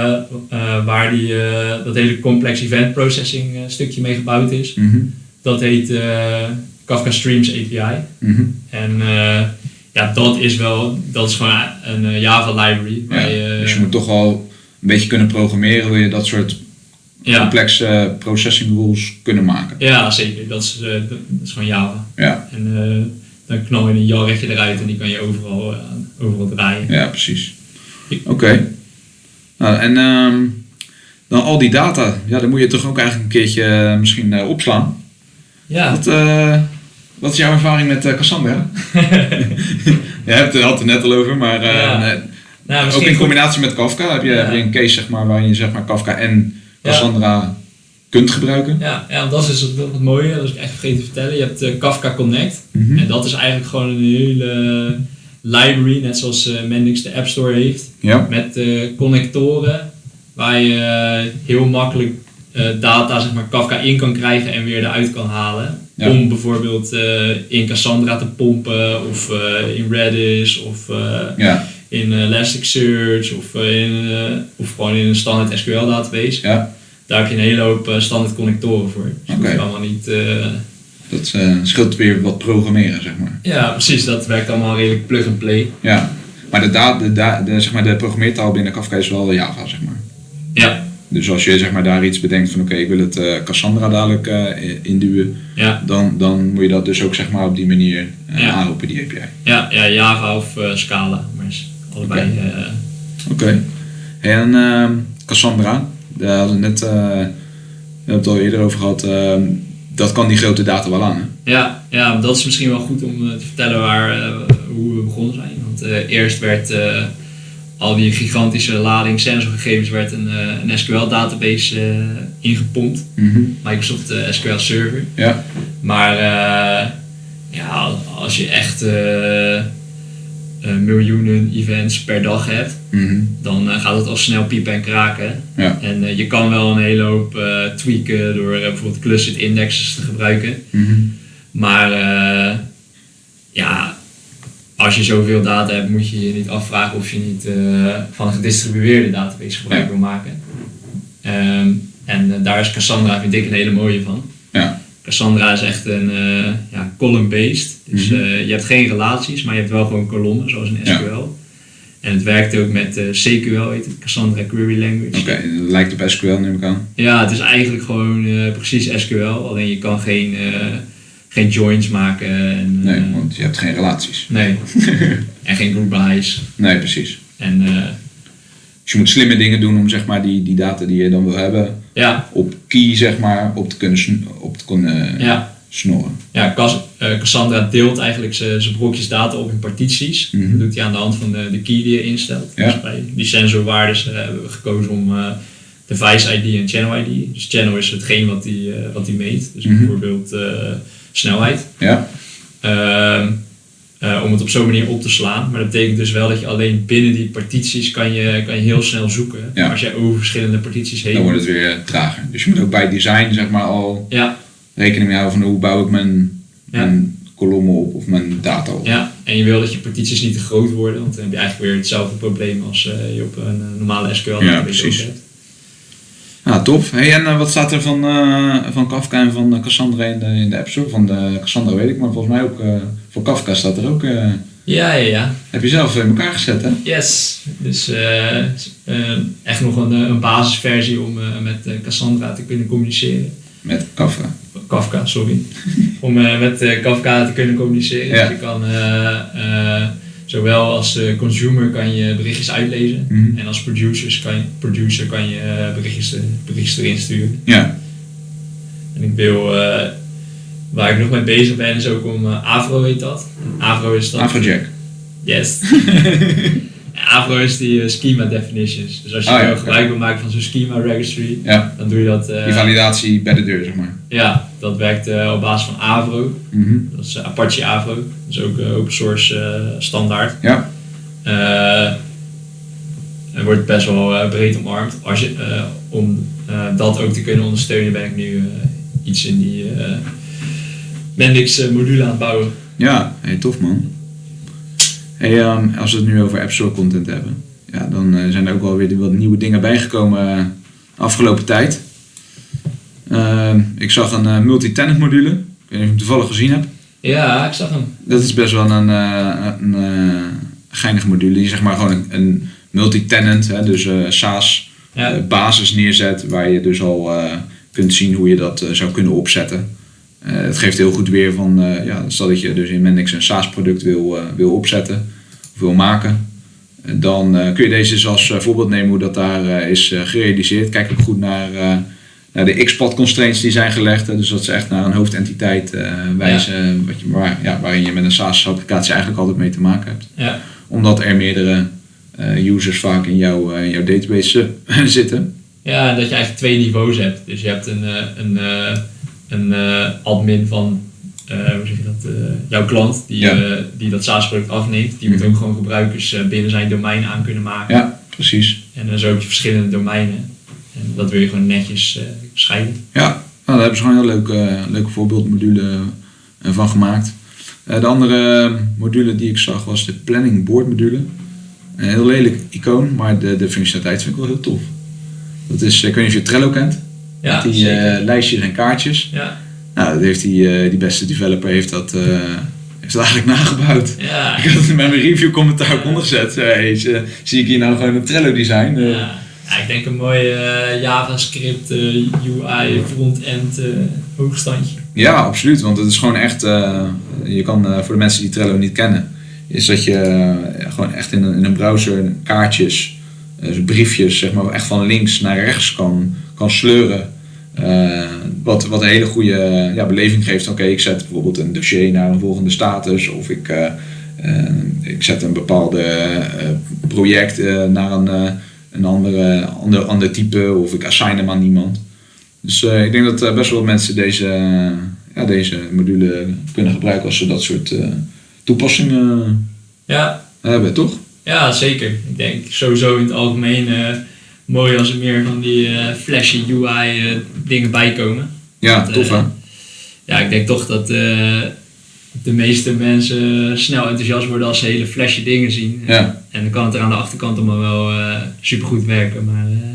uh, waar die, uh, dat hele complex event processing uh, stukje mee gebouwd is. Mm-hmm. Dat heet uh, Kafka Streams A P I. Mm-hmm. En uh, ja, dat is wel, dat is gewoon een uh, Java library. Ja, waar je, dus je moet toch wel een beetje kunnen programmeren, wil je dat soort ja. complexe uh, processing rules kunnen maken. Ja, zeker. Dat is, uh, dat is gewoon Java. Ja. En uh, dan knal je een jarretje eruit en die kan je overal, uh, overal draaien. Ja, precies. Oké. Okay. Nou, en um, dan al die data, ja, dan moet je toch ook eigenlijk een keertje uh, misschien uh, opslaan. Ja. Wat, uh, wat is jouw ervaring met uh, Cassandra? Je hebt het er net al over, maar uh, ja. nee, nou, ook in combinatie met Kafka heb je, ja. heb je een case, zeg maar, waarin je zeg maar, Kafka en Cassandra ja. kunt gebruiken. Ja, ja, dat is dus wat, wat mooie, dat is ik echt vergeten te vertellen. Je hebt uh, Kafka Connect mm-hmm. en dat is eigenlijk gewoon een hele library, net zoals uh, Mendix de App Store heeft, ja. met uh, connectoren waar je uh, heel makkelijk uh, data, zeg maar, Kafka in kan krijgen en weer eruit kan halen. Ja. Om bijvoorbeeld uh, in Cassandra te pompen of uh, in Redis of uh, ja. in uh, Elasticsearch of, uh, in, uh, of gewoon in een standaard S Q L database. Ja. Daar heb je een hele hoop uh, standaard connectoren voor. Dus okay. je allemaal niet... Uh, dat uh, scheelt weer wat programmeren, zeg maar. Ja, precies. Dat werkt allemaal redelijk plug and play. Ja, maar de, da- de, da- de, zeg maar, de programmeertaal binnen Kafka is wel Java, zeg maar. Ja. Dus als je zeg maar, daar iets bedenkt van oké, okay, ik wil het uh, Cassandra dadelijk uh, induwen, ja. dan, dan moet je dat dus ook zeg maar, op die manier uh, ja. aanroepen, die A P I. Ja, ja Java of uh, Scala, maar is allebei. Oké. Okay. Uh... Okay. En uh, Cassandra, daar hadden we net, uh, we hebben het al eerder over gehad, uh, dat kan die grote data wel aan. Hè? Ja, ja, dat is misschien wel goed om uh, te vertellen waar, uh, hoe we begonnen zijn. Want uh, eerst werd uh, al die gigantische lading sensorgegevens werd een, uh, een S Q L database uh, ingepompt. Mm-hmm. Microsoft uh, S Q L Server. Ja. Maar uh, ja, als je echt uh, uh, miljoenen events per dag hebt, mm-hmm. dan uh, gaat het al snel piepen en kraken. Ja. En uh, je kan wel een hele hoop uh, tweaken door uh, bijvoorbeeld clustered indexes te gebruiken. Mm-hmm. Maar uh, ja, als je zoveel data hebt, moet je je niet afvragen of je niet uh, van een gedistribueerde database gebruik ja. wil maken. Um, en uh, daar is Cassandra, vind ik, een hele mooie van. Ja. Cassandra is echt een uh, ja, column-based. Dus mm-hmm. uh, je hebt geen relaties, maar je hebt wel gewoon kolommen, zoals in S Q L. Ja. En het werkt ook met uh, C Q L, heet het, Cassandra Query Language. Oké, okay, het lijkt op S Q L, neem ik aan. Ja, het is eigenlijk gewoon uh, precies S Q L, alleen je kan geen, uh, geen joins maken. En, uh, nee, want je hebt geen relaties. Nee, en geen group by's. Nee, precies. En, uh, dus je moet slimme dingen doen om zeg maar, die, die data die je dan wil hebben, ja. op key zeg maar, op te kunnen, sn- op te kunnen uh, ja. snorren. Ja, Cas- uh, uh, Cassandra deelt eigenlijk zijn brokjes data op in partities. Mm-hmm. Dat doet hij aan de hand van de, de key die je instelt. Ja. Dus bij die sensorwaardes uh, hebben we gekozen om uh, device I D en channel I D. Dus channel is hetgeen wat hij uh, wat hij meet. Dus Mm-hmm. bijvoorbeeld uh, snelheid. Ja. Uh, uh, om het op zo'n manier op te slaan. Maar dat betekent dus wel dat je alleen binnen die partities kan je, kan je heel snel zoeken. Ja. Maar als jij over verschillende partities heen... Dan wordt het weer trager. Dus je moet ook bij design zeg maar al Ja. rekening mee houden van hoe bouw ik mijn, Ja. mijn kolommen op of mijn data op. Ja, en je wil dat je partities niet te groot worden, want dan heb je eigenlijk weer hetzelfde probleem als uh, je op een uh, normale S Q L Ja, database precies. ook hebt. Ah, tof. Hey, en uh, wat staat er van, uh, van Kafka en van uh, Cassandra in de, in de App Store? Van de Cassandra weet ik, maar volgens mij ook uh, voor Kafka staat er ook. Uh, Ja, ja, ja. heb je zelf in elkaar gezet, hè? Yes. Dus uh, uh, echt nog een, een basisversie om uh, met uh, Cassandra te kunnen communiceren. Met Kafka. Kafka, sorry. om uh, met uh, Kafka te kunnen communiceren. Ja. Dus je kan uh, uh, zowel als uh, consumer kan je berichtjes uitlezen. Mm-hmm. En als producers kan je, producer kan je uh, berichtjes, berichtjes erin sturen. Ja. En ik wil, uh, waar ik nog mee bezig ben, is ook om uh, Avro heet dat. En Avro is dat. Afrojack. Yes. Avro is die uh, schema definitions. Dus als je Ah, ja, nou oké. gebruik wil maken van zo'n schema registry, Ja. dan doe je dat. Uh, Die validatie bij de deur, zeg maar. ja, dat werkt uh, op basis van Avro. Mm-hmm. Dat is uh, Apache Avro. Dat is ook uh, open source uh, standaard. Ja. Uh, en wordt best wel uh, breed omarmd. Als je, uh, om uh, dat ook te kunnen ondersteunen, ben ik nu uh, iets in die uh, Mendix uh, module aan het bouwen. Ja, hey, tof man. Hey, um, als we het nu over App Store content hebben, ja, dan uh, zijn er ook wel weer wat nieuwe dingen bijgekomen uh, afgelopen tijd. Uh, ik zag een uh, multi-tenant module. Ik weet niet of je hem toevallig gezien hebt. Ja, ik zag hem. Dat is best wel een, uh, een uh, geinige module die zeg maar gewoon een, een multi-tenant, hè, dus uh, SaaS Ja. uh, basis neerzet, waar je dus al uh, kunt zien hoe je dat uh, zou kunnen opzetten. Uh, het geeft heel goed weer van, uh, ja, stel dat je dus in Mendix een SaaS product wil, uh, wil opzetten of wil maken. Uh, dan uh, kun je deze dus als uh, voorbeeld nemen hoe dat daar uh, is uh, gerealiseerd. Kijk ook goed naar, uh, naar de X P A T constraints die zijn gelegd. Hè, dus dat ze echt naar een hoofdentiteit uh, wijzen, ja. Wat je, waar, ja, waarin je met een SaaS applicatie eigenlijk altijd mee te maken hebt. Ja. Omdat er meerdere uh, users vaak in, jou, uh, in jouw database uh, zitten. Ja, en dat je eigenlijk twee niveaus hebt. Dus je hebt een, uh, een, uh, een uh, admin van uh, hoe zeg je dat, uh, jouw klant die, Ja. uh, die dat SaaS-product afneemt. Die moet ook gewoon gebruikers uh, binnen zijn domein aan kunnen maken. Ja, precies. En dan zo heb je verschillende domeinen. En dat wil je gewoon netjes uh, scheiden. Ja, nou, daar hebben ze gewoon een heel leuke, uh, leuke voorbeeldmodule uh, van gemaakt. Uh, de andere module die ik zag was de Planning Board module. Een heel lelijk icoon, maar de, de functionaliteit vind ik wel heel tof. Dat is, ik weet niet of je Trello kent. Ja, Met die zeker. uh, lijstjes en kaartjes. Ja, Nou, dat heeft die, uh, die beste developer heeft dat, uh, heeft dat eigenlijk nagebouwd. ja. Ik had het met mijn review commentaar ook ondergezet. Hey, zie, zie ik hier nou gewoon een Trello design? Uh, Ja. Ja, ik denk een mooi uh, JavaScript, uh, U I, front-end uh, hoogstandje. Ja, absoluut. Want het is gewoon echt, uh, je kan uh, voor de mensen die Trello niet kennen, is dat je uh, gewoon echt in een, in een browser kaartjes, uh, briefjes, zeg maar, echt van links naar rechts kan, kan sleuren. Uh, wat, wat een hele goede ja, beleving geeft. Oké, okay, ik zet bijvoorbeeld een dossier naar een volgende status, of ik, uh, uh, ik zet een bepaalde uh, project uh, naar een, uh, een andere, ander, ander type, of ik assign hem aan iemand. Dus uh, ik denk dat uh, best wel mensen deze, uh, ja, deze module kunnen gebruiken als ze dat soort uh, toepassingen Ja. hebben, toch? Ja, zeker. Ik denk sowieso in het algemeen uh, mooi als er meer van die uh, flashy U I uh, dingen bijkomen. Ja, Want, tof uh, hè? Ja, ik denk toch dat uh, de meeste mensen snel enthousiast worden als ze hele flashy dingen zien. Ja. En dan kan het er aan de achterkant allemaal wel uh, supergoed werken. Maar, uh,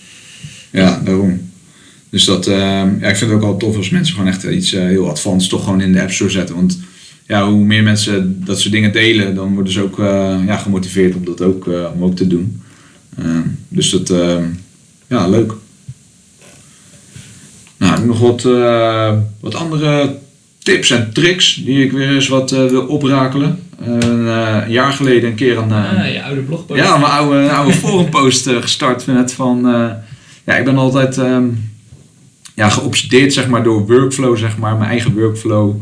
Ja, daarom. Dus dat, uh, ja, ik vind het ook wel tof als mensen gewoon echt iets uh, heel advanced toch gewoon in de App Store zetten. Want ja, hoe meer mensen dat soort dingen delen, dan worden ze ook uh, ja, gemotiveerd om dat ook, uh, om ook te doen. Uh, dus dat, uh, ja, leuk. Nou, nog wat, uh, wat andere tips en tricks die ik weer eens wat uh, wil oprakelen. Uh, een jaar geleden een keer een... Uh, ah, je oude blogpost. ja, mijn oude, oude forumpost uh, gestart met van... Uh, ja, ik ben altijd um, ja, geobsedeerd zeg maar, door workflow, zeg maar, mijn eigen workflow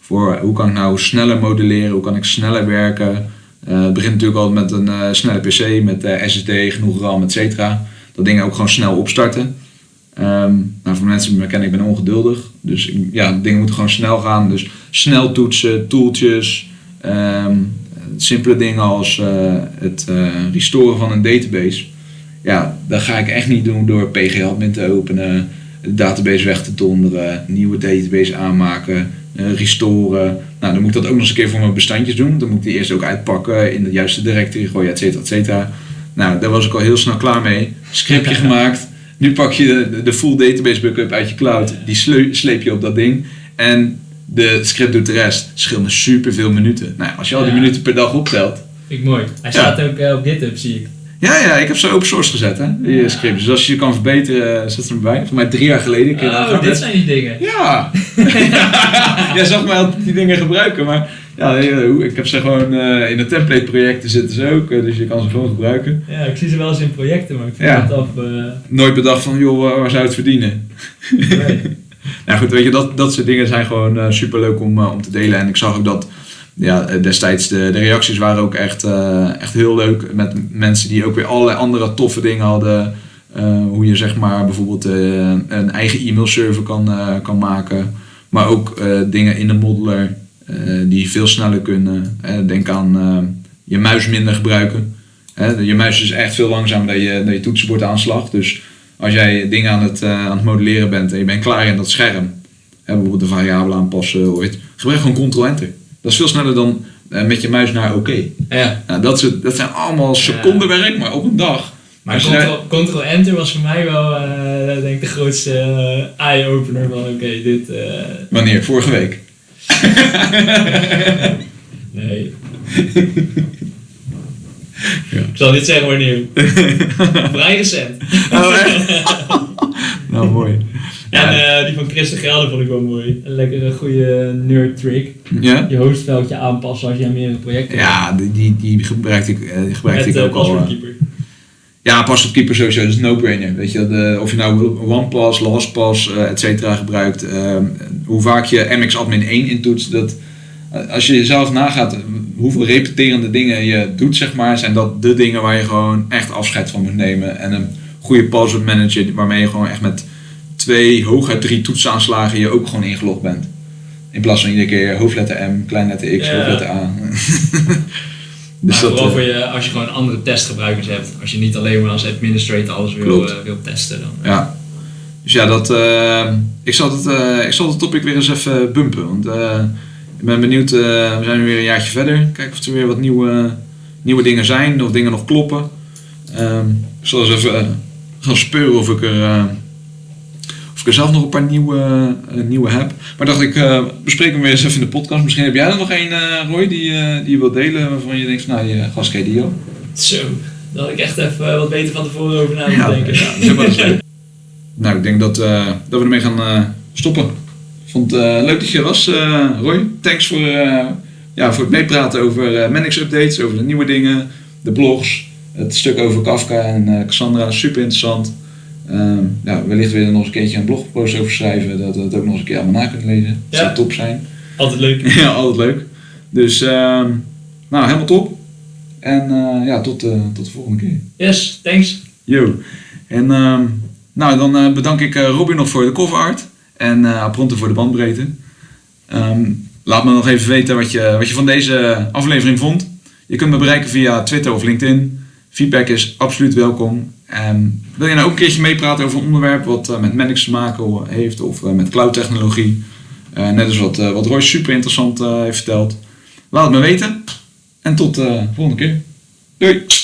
Voor hoe kan ik nou sneller modelleren, hoe kan ik sneller werken. Uh, het begint natuurlijk al met een uh, snelle P C, met uh, S S D, genoeg RAM, et cetera. Dat dingen ook gewoon snel opstarten. Um, nou, voor mensen die me kennen, ik ben ongeduldig. Dus ja, dingen moeten gewoon snel gaan. Dus snel toetsen, tooltjes. Um, simpele dingen als uh, het uh, restoren van een database. Ja, dat ga ik echt niet doen door P G admin te openen, de database weg te donderen, nieuwe database aanmaken, uh, restoren. Nou, dan moet ik dat ook nog eens een keer voor mijn bestandjes doen. Dan moet ik die eerst ook uitpakken, in de juiste directory gooien, et cetera, et cetera. Nou, daar was ik al heel snel klaar mee. Scriptje gemaakt. Nu pak je de, de full database backup uit je cloud, die sleu- sleep je op dat ding en de script doet de rest. Het scheelt me super veel minuten. Nou, als je al die ja. minuten per dag optelt. Vind ik mooi. Hij ja. staat ook uh, op GitHub, zie ik. Ja, ja, ik heb ze open source gezet, hè, die ja. script. Dus als je je kan verbeteren, zet ze erbij. Voor mij drie jaar geleden. Oh, dit zijn die dingen. Ja. Jij zag mij altijd die dingen gebruiken, maar ja, ik heb ze gewoon uh, in de template projecten zitten ze ook, uh, dus je kan ze gewoon gebruiken. Ja, ik zie ze wel eens in projecten, maar ik vind ja. het af. Uh... Nooit bedacht van, joh, waar zou het verdienen? Nee. Nou goed, weet je, dat, dat soort dingen zijn gewoon uh, super leuk om, uh, om te delen. En ik zag ook dat ja, destijds de, de reacties waren ook echt, uh, echt heel leuk. Met mensen die ook weer allerlei andere toffe dingen hadden. Uh, hoe je zeg maar bijvoorbeeld uh, een eigen e-mailserver kan, uh, kan maken. Maar ook uh, dingen in de modeler uh, die veel sneller kunnen. Uh, denk aan uh, je muis minder gebruiken. Uh, je muis is echt veel langzamer dan je, dan je toetsenbord aanslag. Dus als jij dingen aan het, uh, aan het modelleren bent en je bent klaar in dat scherm. Hè, bijvoorbeeld de variabele aanpassen. Ooit, gebruik gewoon Ctrl-Enter. Dat is veel sneller dan uh, met je muis naar oké. Ja. Nou, dat, is, dat zijn allemaal secondenwerk, maar op een dag. Maar Ctrl-Enter was voor mij wel uh, denk ik de grootste uh, eye-opener van oké, okay, dit... Uh... Wanneer? Vorige week? Nee. Ja. Ik zal niet zeggen wanneer. Vrij recent. Oh, echt? Nou, mooi. En uh, die van Chris de Gelder vond ik wel mooi. Een lekkere goede nerd trick. Ja? Je hostveldje aanpassen als je aan meerdere projecten hebt. Ja, die, die, die gebruikte ik, uh, gebruikte Met, ik ook uh, al. Passwordkeeper. Ja, Passwordkeeper sowieso, dat is een no-brainer. Weet je, de, of je nou OnePass, LastPass, uh, et cetera gebruikt. Uh, hoe vaak je M X Admin één intoetst, dat... Als je jezelf nagaat hoeveel repeterende dingen je doet, zeg maar, zijn dat de dingen waar je gewoon echt afscheid van moet nemen. En een goede password manager waarmee je gewoon echt met twee, hooguit drie toetsaanslagen je ook gewoon ingelogd bent. In plaats van iedere keer hoofdletter M, kleinletter X, ja. hoofdletter A. Dus maar vooral voor je, als je gewoon andere testgebruikers hebt. Als je niet alleen maar als administrator alles wil, uh, wil testen. Dan. Ja. Dus ja, dat, uh, ik, zal het, uh, ik zal het topic weer eens even bumpen. Want uh, ik ben benieuwd, uh, we zijn nu weer een jaartje verder. Kijken of er weer wat nieuwe, nieuwe dingen zijn, of dingen nog kloppen. Um, ik zal eens even uh, gaan speuren of ik er, uh, of ik er zelf nog een paar nieuwe, uh, nieuwe heb. Maar dacht ik, uh, bespreek hem weer eens even in de podcast. Misschien heb jij er nog een, uh, Roy, die, uh, die je wilt delen, waarvan je denkt van, nou, je gast K D O. Zo, daar had ik echt even uh, wat beter van tevoren over na moeten ja, denken. Ja, dat is ook wel eens leuk. Nou, ik denk dat, uh, dat we ermee gaan uh, stoppen. Ik vond het uh, leuk dat je er was, uh, Roy. Thanks voor, uh, ja, voor het meepraten over uh, Mendix updates, over de nieuwe dingen, de blogs, het stuk over Kafka en uh, Cassandra. Super interessant. Um, ja, wellicht wil je er nog eens een keertje een blogpost over schrijven, dat we het ook nog eens een keer allemaal na kunnen lezen. Dat zou ja. top zijn. Altijd leuk. Ja, altijd leuk. Dus, um, nou, helemaal top. En uh, ja, tot, uh, tot de volgende keer. Yes, thanks. Yo. En um, nou, dan uh, bedank ik uh, Robin nog voor de cover art. En uh, Apronte voor de bandbreedte. Um, laat me nog even weten wat je, wat je van deze aflevering vond. Je kunt me bereiken via Twitter of LinkedIn. Feedback is absoluut welkom. Um, wil je nou ook een keertje meepraten over een onderwerp wat uh, met Mendix te maken heeft of uh, met cloud technologie? Uh, net als wat, uh, wat Roy super interessant uh, heeft verteld. Laat het me weten. En tot de uh, volgende keer. Doei!